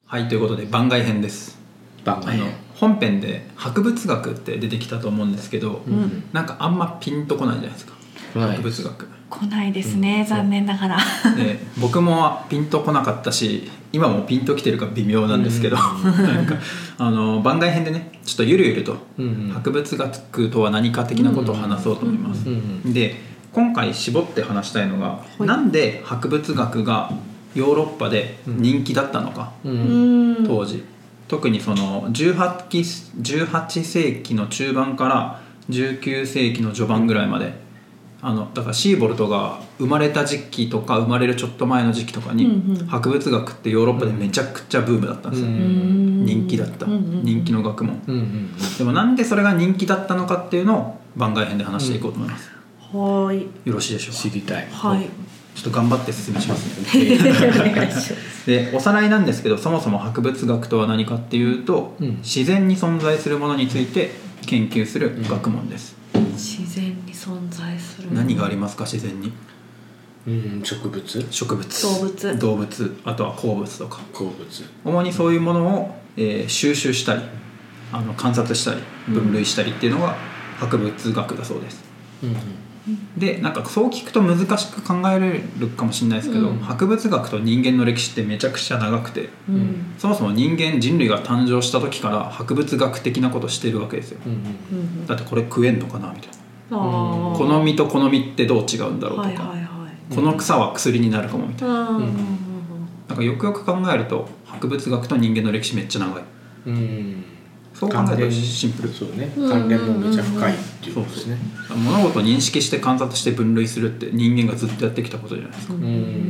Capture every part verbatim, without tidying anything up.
はい、ということで番外編です。 番外編。 あの本編で博物学って出てきたと思うんですけど、うん、なんかあんまピンとこないじゃないですか。博物学来ないですね、うん、残念ながらで僕もピンとこなかったし、今もピンときてるか微妙なんですけど、うん、なんかあの番外編でね、ちょっとゆるゆると博物学とは何か的なことを話そうと思います。で、今回絞って話したいのが、うん、なんで博物学がヨーロッパで人気だったのか、うん、当時特にそのじゅうはちせいきの中盤からじゅうきゅうせいきの序盤ぐらいまで、あのだからシーボルトが生まれた時期とか生まれるちょっと前の時期とかに博物学ってヨーロッパでめちゃくちゃブームだったんですよ、うん、人気だった、うん、人気の学問、うん、でもなんでそれが人気だったのかっていうのを番外編で話していこうと思います、うん、はい、よろしいでしょうか。 知りたい。 はい、 ちょっと頑張って説明しますねで、おさらいなんですけど、そもそも博物学とは何かっていうと、うん、自然に存在するものについて研究する学問です、 うん、自然に存在する何がありますか？自然に、 うん、植物植物動物動物あとは鉱物とか鉱物、 主にそういうものを、えー、収集したりあの観察したり分類したりっていうのが博物学だそうです、うんうんで、なんかそう聞くと難しく考えられるかもしれないですけど、うん、博物学と人間の歴史ってめちゃくちゃ長くて、うん、そもそも人間人類が誕生した時から博物学的なことしてるわけですよ、うん、だってこれ食えんのかなみたいな、うん、この実とこの実ってどう違うんだろうとか、はいはいはい、この草は薬になるかもみたいな、うん、なんかよくよく考えると博物学と人間の歴史めっちゃ長い、うん、そう考えるとシンプル、 そうね、関連もめちゃ深いっていうことですね。 そうそう、物事を認識して観察して分類するって人間がずっとやってきたことじゃないですか、うん、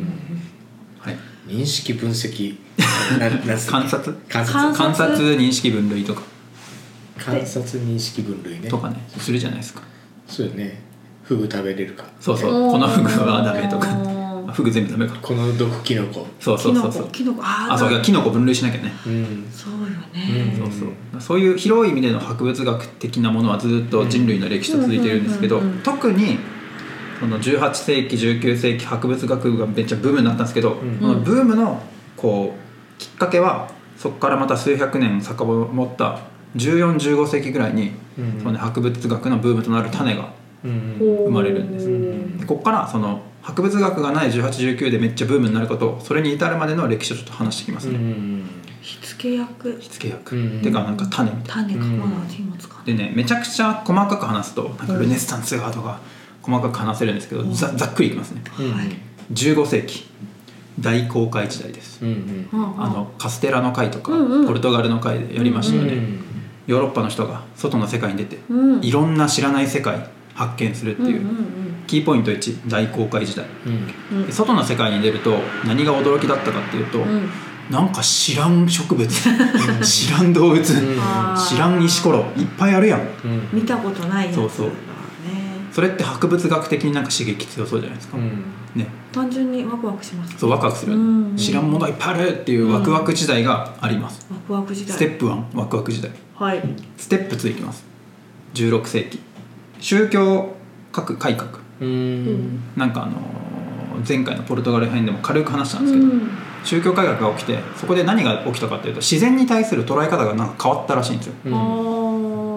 はい、認識分析観察観察観察認識分類とか観察認識分類ねとかねするじゃないですか。 そうよね、フグ食べれるか、 そうそう、このフグはダメとかフグ全部ダメか、 この毒キノコ、 そうそうそうそう、 キノコ、ああ、そう、キノコ分類しなきゃね、 うん、そうよね、 うん、そうそう、そういう広い意味での博物学的なものはずっと人類の歴史と続いているんですけど、特にそのじゅうはちせいきじゅうきゅうせいき博物学がめっちゃブームになったんですけど、うん、このブームのこうきっかけはそこからまた数百年遡ったじゅうよん、じゅうごせいきぐらいに、うん、その博物学のブームとなる種が生まれるんです、うん、でここからその博物学がないじゅうはち、じゅうきゅうでめっちゃブームになること、それに至るまでの歴史をちょっと話してきますね、うん、 火付け役火付け役、うん、てかなんか種みたいな、 種かまだ字も使う、 でね、めちゃくちゃ細かく話すとなんかルネッサンスがとか細かく話せるんですけど、うん、ざ, ざっくりいきますね、うん、じゅうごせいき大航海時代です、うんうん、あのカステラの会とか、うんうん、ポルトガルの会でやりましたよね、うんうん、ヨーロッパの人が外の世界に出て、うん、いろんな知らない世界発見するっていう、うんうんうん、キーポイントいち、大航海時代、うんうん、外の世界に出ると何が驚きだったかっていうと、うん、なんか知らん植物知らん動物、うん、知らん石ころいっぱいあるやん、うん、 見たことないやつ、 そうそう、それって博物学的になんか刺激強そうじゃないですか、うんね、 単純にワクワクします、ね、 そう、ワクワクする、うんうん、知らんものがいっぱいあるっていうワクワク時代があります、 うん、ワクワク時代、 ステップいち、ワクワク時代、 はい、 ステップにいきます。じゅうろくせいき宗教改革、うん、なんかあの前回のポルトガル編でも軽く話したんですけど、うん、宗教改革が起きて、そこで何が起きたかというと自然に対する捉え方がなんか変わったらしいんですよ、うん、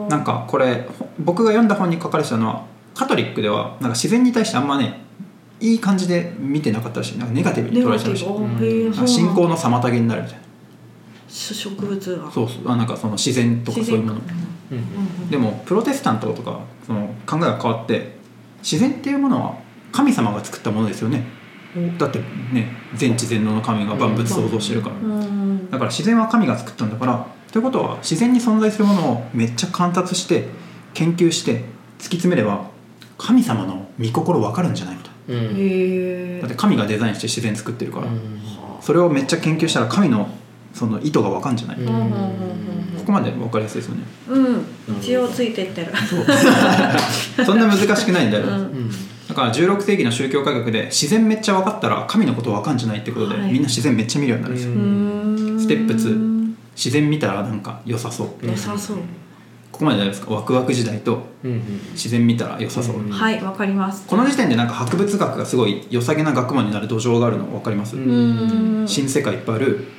なんかこれ僕が読んだ本に書かれてたのは、カトリックではなんか自然に対してあんまねいい感じで見てなかったらしい、なんかネガティブに捉えてたらしい、うん、信仰の妨げになるみたいな、 植物がそうそう、なんかその自然とかそういうもの、うん、でもプロテスタントとかその考えが変わって、自然っていうものは神様が作ったものですよね、だってね、全知全能の神が万物創造してるから、うん、だから自然は神が作ったんだから、ということは自然に存在するものをめっちゃ観察して研究して突き詰めれば神様の御心分かるんじゃないみたいな、うん、だって神がデザインして自然作ってるから、うん、それをめっちゃ研究したら神のその意図が分かるんじゃないみたいな、うん、ここまで分かりやすいですよね、 うん、一応ついてってるそうそんな難しくないんだよ、うん、だからじゅうろくせいきの宗教改革で自然めっちゃ分かったら神のこと分かんじゃないってことで、はい、みんな自然めっちゃ見るようになるんですよ、うん、ステップに、自然見たらなんか良さそう、 良さそう、 ここまで大丈夫ですか？ワクワク時代と自然見たら良さそう、うんうん、 はい、わかります。 この時点でなんか博物学がすごい良さげな学問になる土壌があるの分かります？うん、新世界いっぱいある、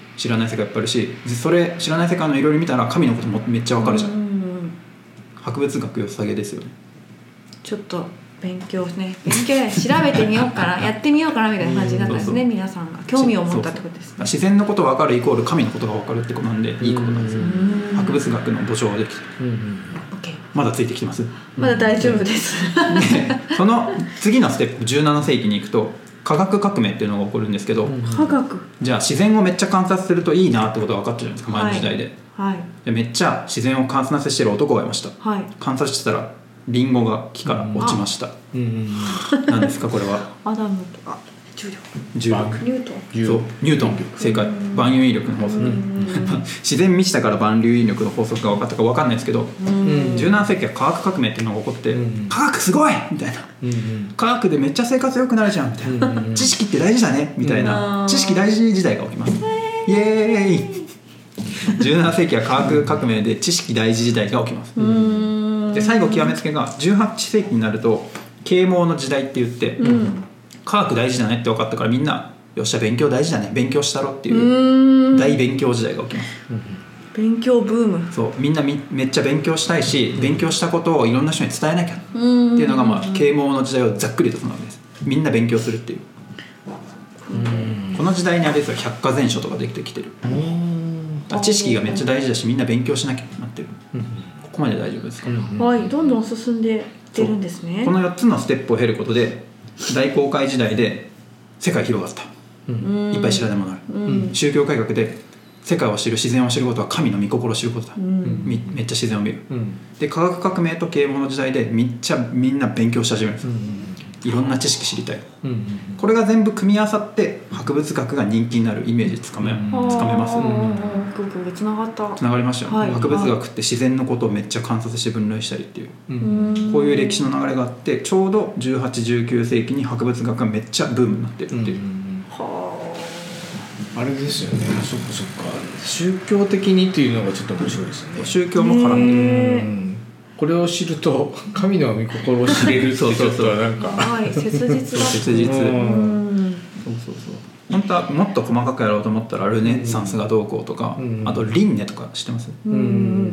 知らない世界いっぱいあるし、それ知らない世界のいろいろ見たら神のこともめっちゃわかるじゃん、 うんうん、 博物学良さげですよね。 ちょっと勉強ね勉強調べてみようかなやってみようかなみたいな感じになったんですね、皆さんが興味を持ったってことですね。 そうそう自然のことが分かるイコール神のことが分かるってことなんでいいことなんですよ。博物学の土壌ができてる、うんうん、まだついてきてます？ まだ大丈夫です、 うん、でその次のステップじゅうなな世紀に行くと科学革命っていうのが起こるんですけど、 科学じゃあ自然をめっちゃ観察するといいなってことが分かったじゃないですか、前の時代で、 はいはい、 でめっちゃ自然を観察してる男がいました、はい、観察してたらリンゴが木から落ちました、うんうん、何ですかこれは？ アダムとあ重力重力ニュートンそうニュートン正解、万有引力の法則自然満ちたから万有引力の法則が分かったか分かんないですけど、じゅうなな世紀は科学革命っていうのが起こって、科学すごいみたいな、科学でめっちゃ生活良くなるじゃんみたいな、知識って大事だねみたいな、知識大事時代が起きます。イエーイじゅうなな世紀は科学革命で知識大事時代が起きます。で最後極めつけがじゅうはっ世紀になると啓蒙の時代って言って、うん、科学大事だねって分かったからみんなよっしゃ勉強大事だね勉強したろっていう大勉強時代が起きます、うん、 勉強ブーム。 そうみんなみめっちゃ勉強したいし、うん、勉強したことをいろんな人に伝えなきゃっていうのが、まあ、啓蒙の時代をざっくりとそのわけです。みんな勉強するっていう、うん、この時代にあれですよ百科全書とかできてきてる。知識がめっちゃ大事だしみんな勉強しなきゃってなってる、うんここまで大丈夫ですか？ はい、どんどん進んでいってるんですね。 このよっつのステップを経ることで大航海時代で世界広がった、うん、いっぱい知らないものがある、うん、宗教改革で世界を知る自然を知ることは神の御心を知ることだ、うん、めっちゃ自然を見る、うん、で科学革命と啓蒙の時代でめっちゃみんな勉強し始めるんです、うん、いろんな知識知りたい、うん、これが全部組み合わさって博物学が人気になるイメージつかめ、うん、つかめます、うん、 つながったつながりましたよ、はい、博物学って自然のことをめっちゃ観察して分類したりっていう、うん、こういう歴史の流れがあってちょうどじゅうはち、じゅうきゅう世紀に博物学がめっちゃブームになってるっていう、うん、 はああれですよね。そっかそっか宗教的にっていうのがちょっと面白いですね。 宗教も絡んでる、うん、 これを知ると神の御心を知れるってちょっとなんかはい切実だ切実、うん、そうそうそう本当はもっと細かくやろうと思ったらルネッサンスがどうこうとか、うん、あとリンネとか知ってます？うん、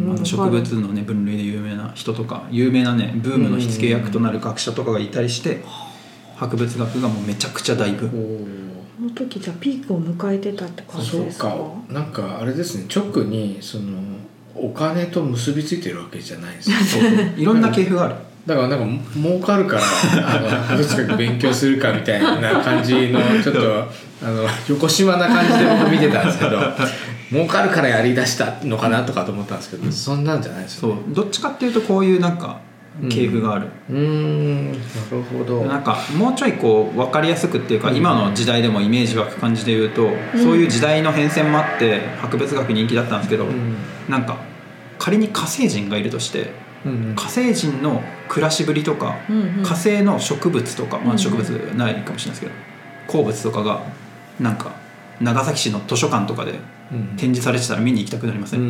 あの植物の、ね、分類で有名な人とか有名なねブームの火付け役となる学者とかがいたりして博物学がもうめちゃくちゃ大ブーム。 この時じゃピークを迎えてたって感じですか？ そうかなんかあれですね直にそのお金と結びついてるわけじゃないですよそういろんな系譜があるだからなんか儲かるからあの博物学勉強するかみたいな感じのちょっとあの横島な感じで僕見てたんですけど儲かるからやりだしたのかなとかと思ったんですけどそんなんじゃないですよね。 そうどっちかっていうとこういうなんか系譜がある、 うん、うーんなるほど。 なんかもうちょいこう分かりやすくっていうか、うん、今の時代でもイメージ湧く感じで言うと、うん、そういう時代の変遷もあって博物学人気だったんですけど、うん、なんか仮に火星人がいるとして、うん、火星人の暮らしぶりとか、うん、火星の植物とか、まあ、植物ないかもしれないですけど、鉱物とかがなんか長崎市の図書館とかで展示されてたら見に行きたくなりません、うんうん、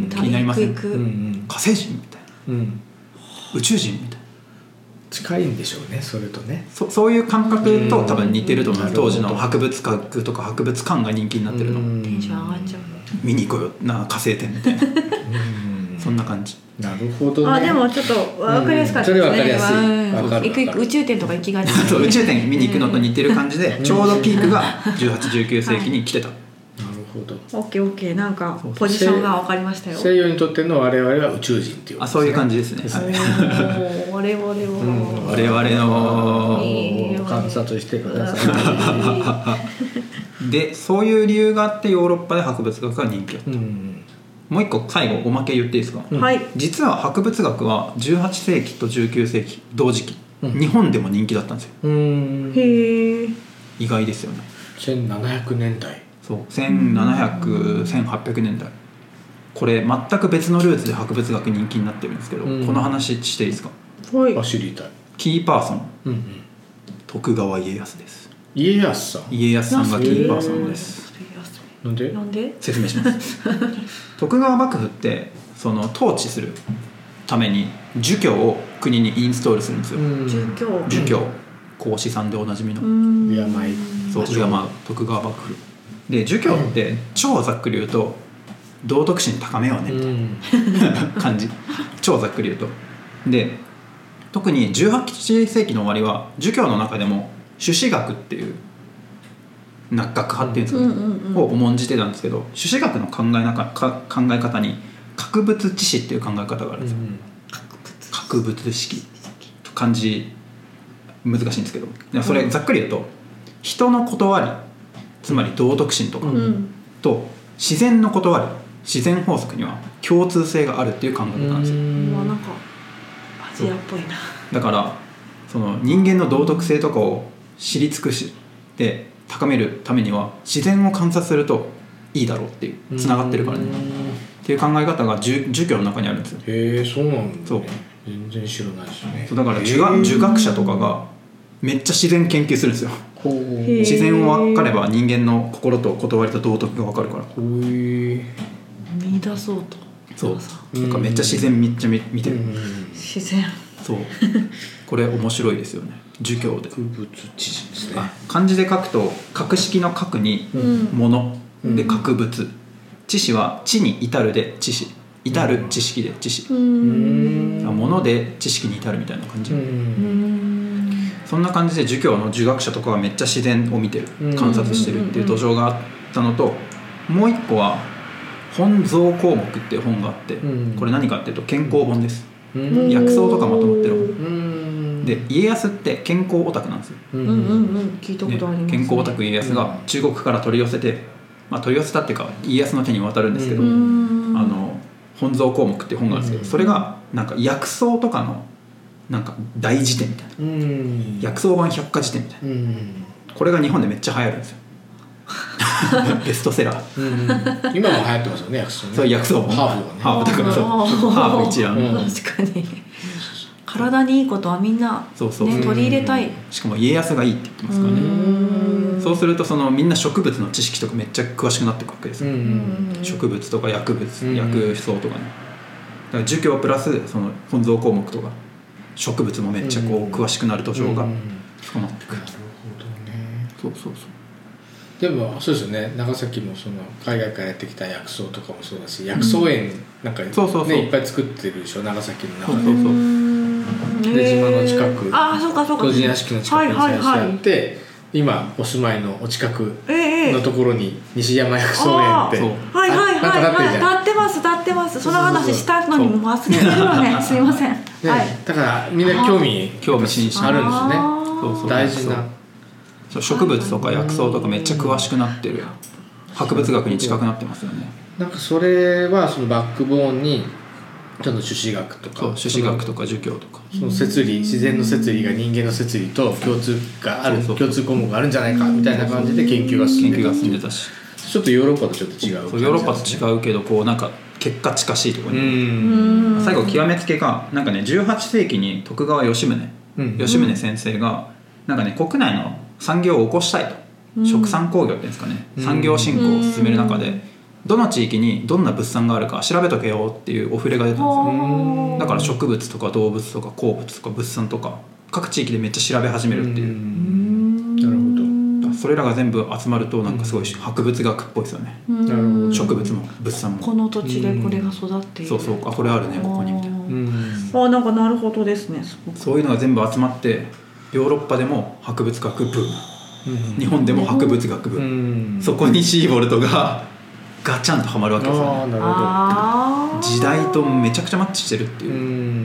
気になりません、うん、火星人みたいな、うん宇宙人みたいな近いんでしょうねそれとね。 そ, そういう感覚と多分似てると思う。当時の博物学とか博物館が人気になってるの。 テンション上がっちゃう見に行こうよな火星展みたいなそんな感じ。 なるほどね。 あでもちょっと分かりやすかったですね。 それ分かりやすい。分かる行く行く宇宙展とか行きがちそう宇宙展見に行くのと似てる感じでちょうどピークがじゅうはち、じゅうきゅう世紀に来てた、はいオッケーオッケーなんかポジションが分かりましたよ。 西洋にとっての我々は宇宙人っていう、ね、 あそういう感じですね。はい、 我々は、うん、 我々の観察してくださいでそういう理由があってヨーロッパで博物学が人気だった、うん、もう一個最後おまけ言っていいですか、 はい、 実は博物学はじゅうはち世紀とじゅうきゅう世紀同時期、うん、日本でも人気だったんですよ。うんへえ意外ですよね。 せんななひゃくねんだいそうせんななひゃく、せんはっぴゃくねんだいこれ全く別のルーツで博物学人気になってるんですけど、うん、この話していいですか？ はいあ知りたい。 キーパーソン、うんうん、徳川家康です。 家康さん家康さんがキーパーソンです。 なんで？ なんで？ 説明します徳川幕府ってその統治するために儒教を国にインストールするんですよ。 儒教儒教孔子さんでおなじみの敬いそう敬う徳川幕府で儒教って超ざっくり言うと道徳心高めようねみたいな感じ、超ざっくり言うと。で特にじゅうはっ世紀の終わりは儒教の中でも朱子学っていう学派っていうんですかね、うんうんうん、を重んじてたんですけど、朱子学の考えなかか考え方に格物知識っていう考え方があるんですよ、うん、格物知識と漢字難しいんですけど、それざっくり言うと人の断り、つまり道徳心とか、うん、と自然の断り、自然法則には共通性があるっていう考え方なんですよ。 まあなんかアジアっぽいな。 だからその人間の道徳性とかを知り尽くして高めるためには自然を観察するといいだろうっていうつながってるからねっていう考え方が儒教の中にあるんですよ。 へえ、そうなんだ、ね、そう全然知らないですね。 そうだから儒学、儒学者とかがめっちゃ自然研究するんですよ。自然を分かれば人間の心と断りと道徳が分かるから。 見出そうと。 そうなんかめっちゃ自然めっちゃ見てる。 自然。 そうこれ面白いですよね、儒教で。 格物知識ですね。 漢字で書くと格式の格に物、うん、で格物、知識は知に至るで知識、至る知識で知識、物で知識に至るみたいな感じ。そんな感じで儒教の儒学者とかはめっちゃ自然を見てる、観察してるっていう土壌があったのと、もう一個は本草綱目っていう本があって、これ何かっていうと健康本です。薬草とかまとまってる本で、家康って健康オタクなんですよ。 うんうんうん、聞いたことありますね。 健康オタク家康が中国から取り寄せて、まあ、取り寄せたっていうか家康の手に渡るんですけど、あの本草綱目っていう本があるんですけど、それがなんか薬草とかのなんか大辞典みたいな、うん、薬草版百科事典みたいな、うん、これが日本でめっちゃ流行るんですよベストセラー、 うん、今も流行ってますよね、薬草ね。 そう、薬草もハーブがね、 ハーブだからそうハーブ一覧、 うん、確かに体にいいことはみんな、ね、そうそう取り入れたい。 しかも家康がいいって言ってますからね。うそうするとそのみんな植物の知識とかめっちゃ詳しくなっていくわけですよ。植物とか薬物、薬草とかね。だから儒教プラスその本草項目とか植物もめっちゃこう詳しくなる土壌が深まってくる。なるほどね。 そうそうそう。 でもそうですよね、長崎もその海外からやってきた薬草とかもそうだし、薬草園なんか、ね、そうそうそういっぱい作ってるでしょ、長崎の中で。そうそうそうで島の近く、 あ、そうかそうか、 巨人屋敷の近くに最初あって、はいはいはい、今お住まいのお近くのところに西山薬草園って、 はいはいはいはい、立ってます立ってます。その話したのにも忘れてるわねすいません、ね、はい、 だからみんな興味興味津々 あるんですね。そうそう、大事な植物とか薬草とかめっちゃ詳しくなってる、博物学に近くなってますよね。 なんかそれはそのバックボーンにちょっと朱子学とか朱子学とか儒教とかその摂理、自然の摂理が人間の摂理と共通がある、共通項目があるんじゃないかみたいな感じで研究が進んでた。研究が進んでたし、ちょっとヨーロッパとちょっと違う、 そうヨーロッパと違うけどこうなんか結果近しいところに、最後極めつけがなんかねじゅうはっ世紀に徳川吉宗、うん、吉宗先生がなんかね国内の産業を起こしたいと、うん、殖産工業っていうんですかね、うん、産業振興を進める中でどの地域にどんな物産があるか調べとけよっていうお触れが出たんですよ。だから植物とか動物とか鉱物とか物産とか各地域でめっちゃ調べ始めるっていう、うん、 なるほど。 それらが全部集まるとなんかすごい博物学っぽいですよね。なるほど。植物も物産もこの土地でこれが育っている、 そうそう、あこれあるねここにみたいな、うん、 あなんかなるほどですね。 そういうのが全部集まってヨーロッパでも博物学部、うん、日本でも博物学部、うん、そこにシーボルトがガチャンとはまるわけですよね。あなるほど。時代とめちゃくちゃマッチしてるっていう、うん、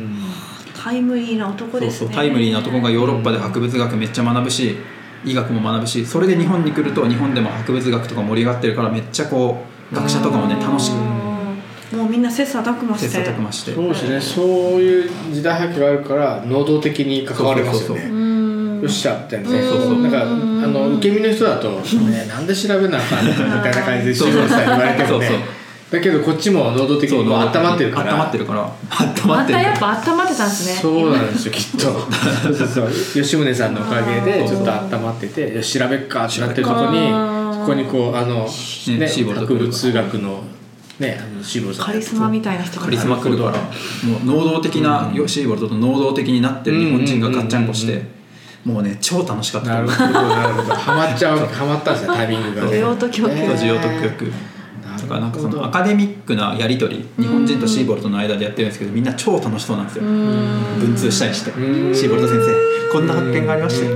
タイムリーな男ですね。 そうそう、タイムリーな男がヨーロッパで博物学めっちゃ学ぶし医学も学ぶし、それで日本に来ると日本でも博物学とか盛り上がってるからめっちゃこう学者とかもね楽しく、 もうみんな切磋琢磨して切磋琢磨してそうですね、そういう時代背景があるから能動的に関われますよね。そうそうそうそう、よっしゃってね、そうそう、なんかあの受け身の人だと、ね、なんで調べなあかんのみたいな感じで志望さん言われてもね、だけどこっちも能動的に温まってるから温まってるから温まってるまたやっぱ温まってたんですね。 そうなんですよきっとそうそうそう、吉宗さんのおかげでちょっと温まってて、よし調べっかってなってるところにここにこうあの、ね、博物学のね、あのシーボルトカリスマみたいな人がカリスマ来るからもう能動的な、うん、シーボルトと能動的になってる日本人がガッチャンコして、 もうね超楽しかったなるほどなるほどハマっちゃうハマったんですねタイミングが需要と供給、 需要と供給だからなんかそのアカデミックなやり取り日本人とシーボルトの間でやってるんですけどみんな超楽しそうなんですよ文通したりしてシーボルト先生こんな発見がありまして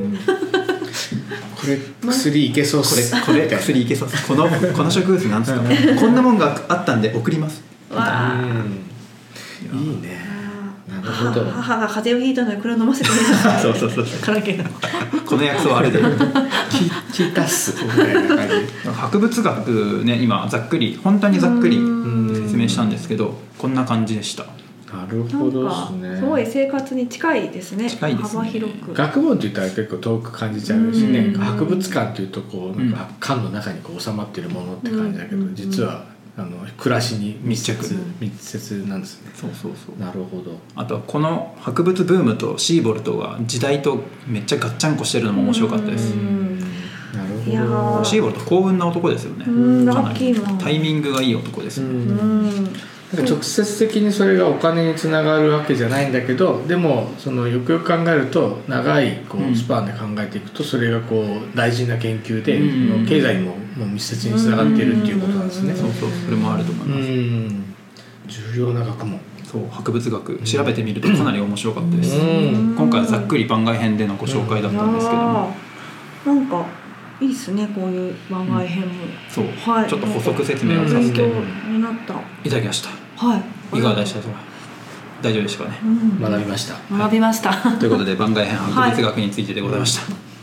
これ薬いけそうっすこれこれ薬いけそうっすこのこの植物なんですかこんなもんがあったんで送りますわいいねなるほど母が風邪をひいたのでこれを飲ませてくれたそうそうそうからけどこの薬草あれで聞いたっすみたいな感じ博物学ね今ざっくり本当にざっくり説明したんですけどこんな感じでしたなるほどですねすごい生活に近いですね近いですね幅広く学問って言ったら結構遠く感じちゃうしね博物館っていうとこうなんか館の中にこう収まってるものって感じだけど実はあの暮らしに密接密接なんですねそうそうそうなるほどあとはこの博物ブームとシーボルトが時代とめっちゃガッチャンコしてるのも面白かったですなるいやほどーシーボルト幸運な男ですよねうんかなりラッキーマンタイミングがいい男ですよねうんなんか直接的にそれがお金につながるわけじゃないんだけどでもそのよくよく考えると長いこうスパンで考えていくとそれがこう大事な研究で、 うんその経済にももう密接につながっているっていうことなんですね。 そうそうそれもあると思いますうん重要な学問そう博物学調べてみるとかなり面白かったですうん今回はざっくり番外編でのご紹介だったんですけどもいやーなんかいいっすねこういう番外編も、 そう、 はい、 ちょっと補足説明をさせて勉強になったいただきましたはいいかがでしたか大丈夫でしたかねうん学びました。 学びましたということで番外編博物学についてでございました、